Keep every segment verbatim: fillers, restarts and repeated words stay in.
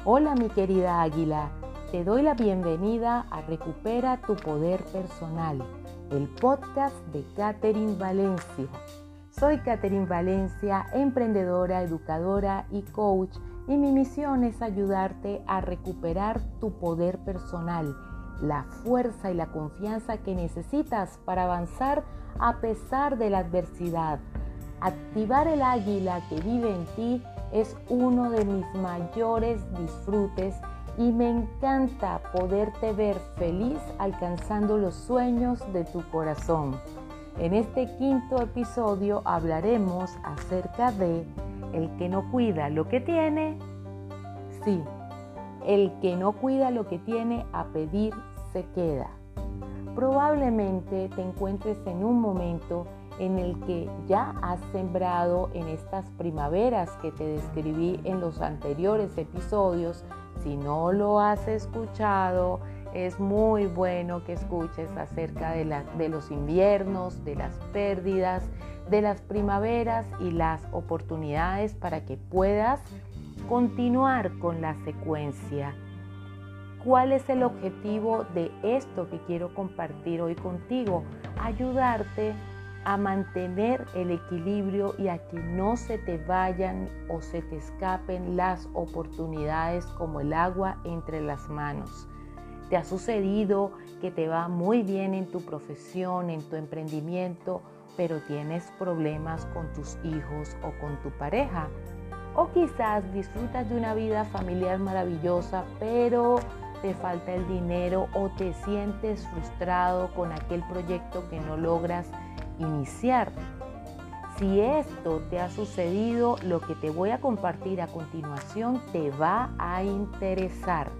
Hola mi querida águila, te doy la bienvenida a Recupera tu Poder Personal, el podcast de Catherine Valencia. Soy Catherine Valencia, emprendedora, educadora y coach, y mi misión es ayudarte a recuperar tu poder personal, la fuerza y la confianza que necesitas para avanzar a pesar de la adversidad. Activar el águila que vive en ti es uno de mis mayores disfrutes y me encanta poderte ver feliz alcanzando los sueños de tu corazón. En este quinto episodio hablaremos acerca de el que no cuida lo que tiene. Sí, el que no cuida lo que tiene, a pedir se queda. Probablemente te encuentres en un momento en el que ya has sembrado en estas primaveras que te describí en los anteriores episodios. Si no lo has escuchado, es muy bueno que escuches acerca de, la, de los inviernos, de las pérdidas, de las primaveras y las oportunidades para que puedas continuar con la secuencia. ¿Cuál es el objetivo de esto que quiero compartir hoy contigo? Ayudarte a mantener el equilibrio y a que no se te vayan o se te escapen las oportunidades como el agua entre las manos. ¿Te ha sucedido que te va muy bien en tu profesión, en tu emprendimiento, pero tienes problemas con tus hijos o con tu pareja? O quizás disfrutas de una vida familiar maravillosa, pero te falta el dinero o te sientes frustrado con aquel proyecto que no logras iniciar. Si esto te ha sucedido, lo que te voy a compartir a continuación te va a interesar.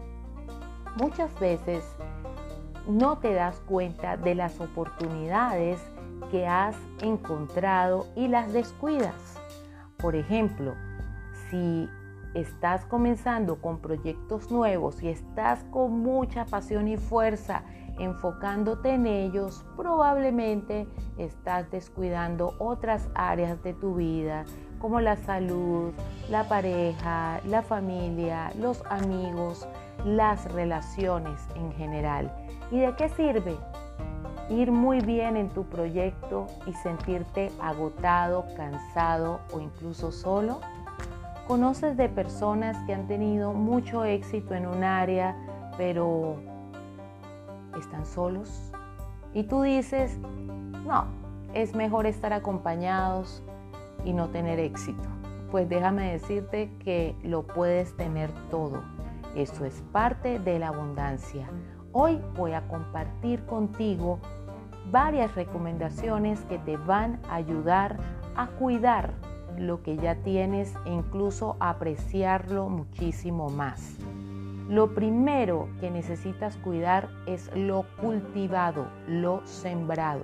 Muchas veces no te das cuenta de las oportunidades que has encontrado y las descuidas. Por ejemplo, si estás comenzando con proyectos nuevos y estás con mucha pasión y fuerza enfocándote en ellos, probablemente estás descuidando otras áreas de tu vida, como la salud, la pareja, la familia, los amigos, las relaciones en general. ¿Y de qué sirve ir muy bien en tu proyecto y sentirte agotado, cansado o incluso solo? ¿Conoces de personas que han tenido mucho éxito en un área, pero están solos? Y tú dices, no, es mejor estar acompañados y no tener éxito. Pues déjame decirte que lo puedes tener todo. Eso es parte de la abundancia. Hoy voy a compartir contigo varias recomendaciones que te van a ayudar a cuidar lo que ya tienes e incluso apreciarlo muchísimo más. Lo primero que necesitas cuidar es lo cultivado, lo sembrado.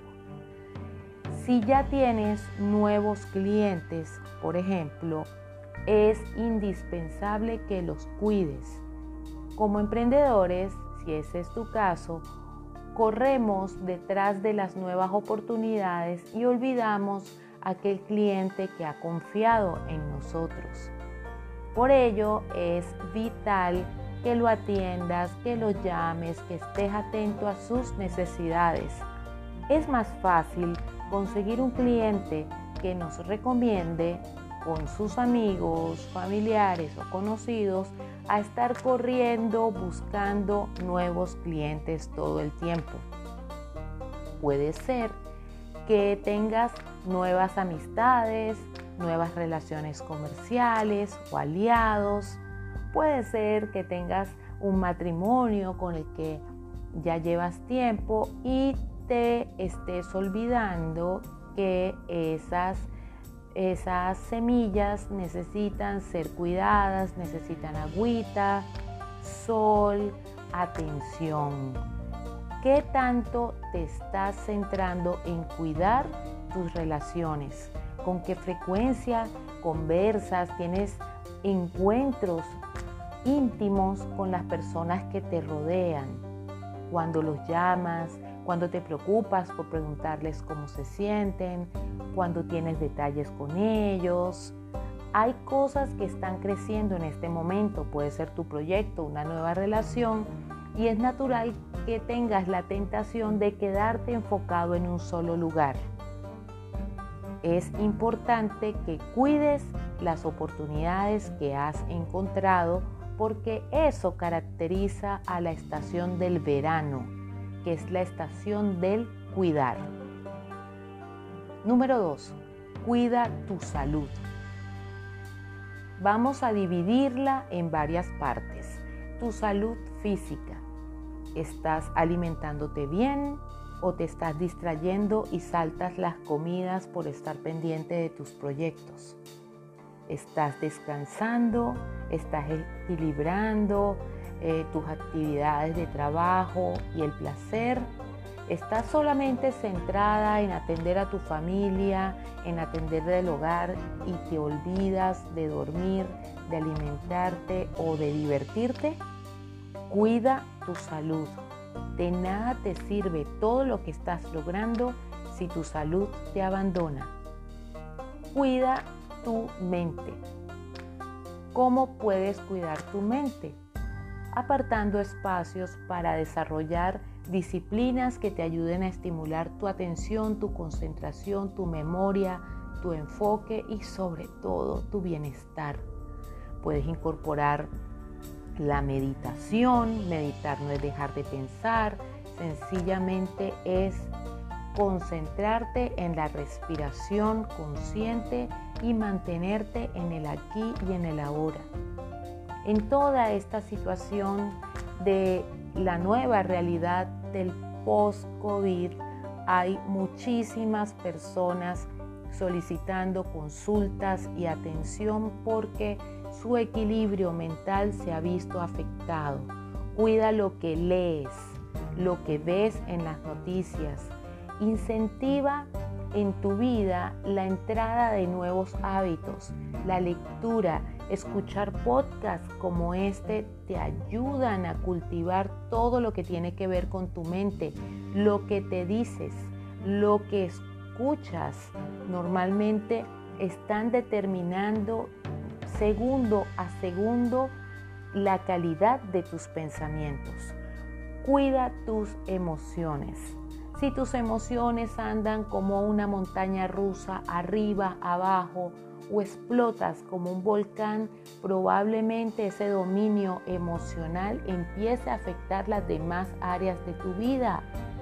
Si ya tienes nuevos clientes, por ejemplo, es indispensable que los cuides. Como emprendedores, si ese es tu caso, corremos detrás de las nuevas oportunidades y olvidamos aquel cliente que ha confiado en nosotros. Por ello es vital que lo atiendas, que lo llames, que estés atento a sus necesidades. Es más fácil conseguir un cliente que nos recomiende con sus amigos, familiares o conocidos a estar corriendo buscando nuevos clientes todo el tiempo. Puede ser que tengas nuevas amistades, nuevas relaciones comerciales o aliados. Puede ser que tengas un matrimonio con el que ya llevas tiempo y te estés olvidando que esas, esas semillas necesitan ser cuidadas, necesitan agüita, sol, atención. ¿Qué tanto te estás centrando en cuidar tus relaciones? ¿Con qué frecuencia conversas? ¿Tienes encuentros íntimos con las personas que te rodean? Cuando los llamas, cuando te preocupas por preguntarles cómo se sienten, cuando tienes detalles con ellos. hay cosas que están creciendo en este momento, puede ser tu proyecto, una nueva relación, y es natural que tengas la tentación de quedarte enfocado en un solo lugar. Es importante que cuides las oportunidades que has encontrado, porque eso caracteriza a la estación del verano, que es la estación del cuidar. Número dos, cuida tu salud. Vamos a dividirla en varias partes. Tu salud física. ¿Estás alimentándote bien o te estás distrayendo y saltas las comidas por estar pendiente de tus proyectos? ¿Estás descansando? ¿Estás equilibrando eh, tus actividades de trabajo y el placer? ¿Estás solamente centrada en atender a tu familia, en atender del hogar y te olvidas de dormir, de alimentarte o de divertirte? Cuida tu salud. De nada te sirve todo lo que estás logrando si tu salud te abandona. Cuida tu mente. ¿Cómo puedes cuidar tu mente? Apartando espacios para desarrollar disciplinas que te ayuden a estimular tu atención, tu concentración, tu memoria, tu enfoque y sobre todo tu bienestar. Puedes incorporar la meditación. Meditar no es dejar de pensar, sencillamente es concentrarte en la respiración consciente y mantenerte en el aquí y en el ahora. En toda esta situación de la nueva realidad del post-COVID, hay muchísimas personas solicitando consultas y atención porque su equilibrio mental se ha visto afectado. Cuida lo que lees, lo que ves en las noticias. Incentiva en tu vida la entrada de nuevos hábitos. La lectura, escuchar podcasts como este te ayudan a cultivar todo lo que tiene que ver con tu mente. Lo que te dices, lo que escuchas, normalmente están determinando segundo a segundo la calidad de tus pensamientos. Cuida tus emociones. Si tus emociones andan como una montaña rusa, arriba, abajo, o explotas como un volcán, probablemente ese dominio emocional empiece a afectar las demás áreas de tu vida.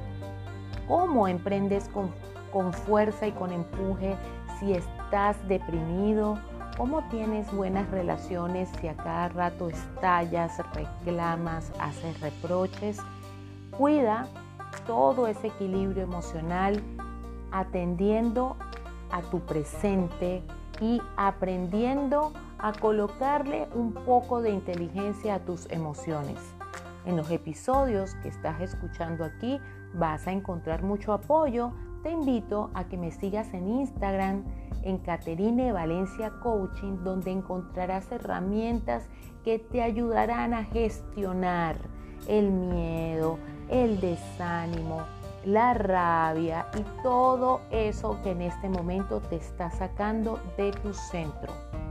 ¿Cómo emprendes con, con fuerza y con empuje si estás deprimido? ¿Cómo tienes buenas relaciones si a cada rato estallas, reclamas, haces reproches? Cuida todo ese equilibrio emocional atendiendo a tu presente y aprendiendo a colocarle un poco de inteligencia a tus emociones. En los episodios que estás escuchando aquí vas a encontrar mucho apoyo. Te invito a que me sigas en Instagram en Caterine Valencia Coaching, donde encontrarás herramientas que te ayudarán a gestionar el miedo, el desánimo, la rabia y todo eso que en este momento te está sacando de tu centro.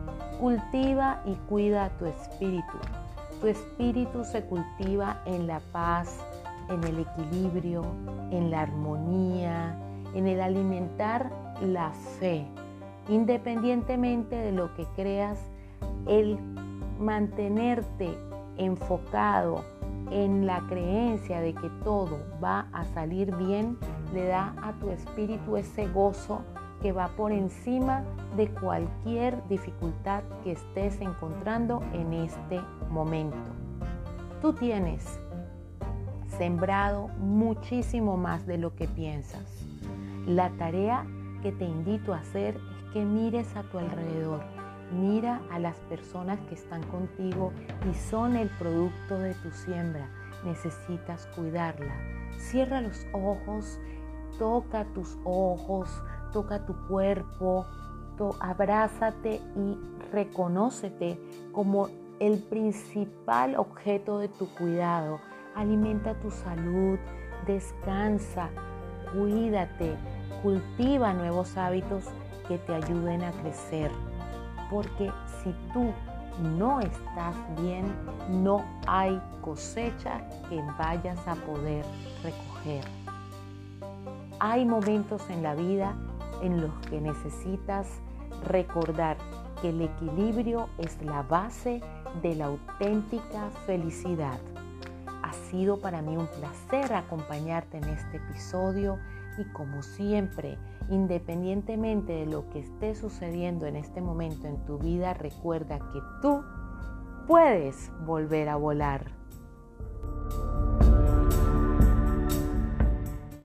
Cultiva y cuida tu espíritu. Tu espíritu se cultiva en la paz, en el equilibrio, en la armonía, en el alimentar la fe. Independientemente de lo que creas, el mantenerte enfocado en la creencia de que todo va a salir bien, le da a tu espíritu ese gozo que va por encima de cualquier dificultad que estés encontrando en este momento. Tú tienes sembrado muchísimo más de lo que piensas. La tarea que te invito a hacer es que mires a tu alrededor. Mira a las personas que están contigo y son el producto de tu siembra. Necesitas cuidarla. Cierra los ojos, toca tus ojos, toca tu cuerpo, to- abrázate y reconócete como el principal objeto de tu cuidado. Alimenta tu salud, descansa, cuídate, cultiva nuevos hábitos que te ayuden a crecer. porque si tú no estás bien, no hay cosecha que vayas a poder recoger. Hay momentos en la vida en los que necesitas recordar que el equilibrio es la base de la auténtica felicidad. Ha sido para mí un placer acompañarte en este episodio y como siempre, independientemente de lo que esté sucediendo en este momento en tu vida, recuerda que tú puedes volver a volar.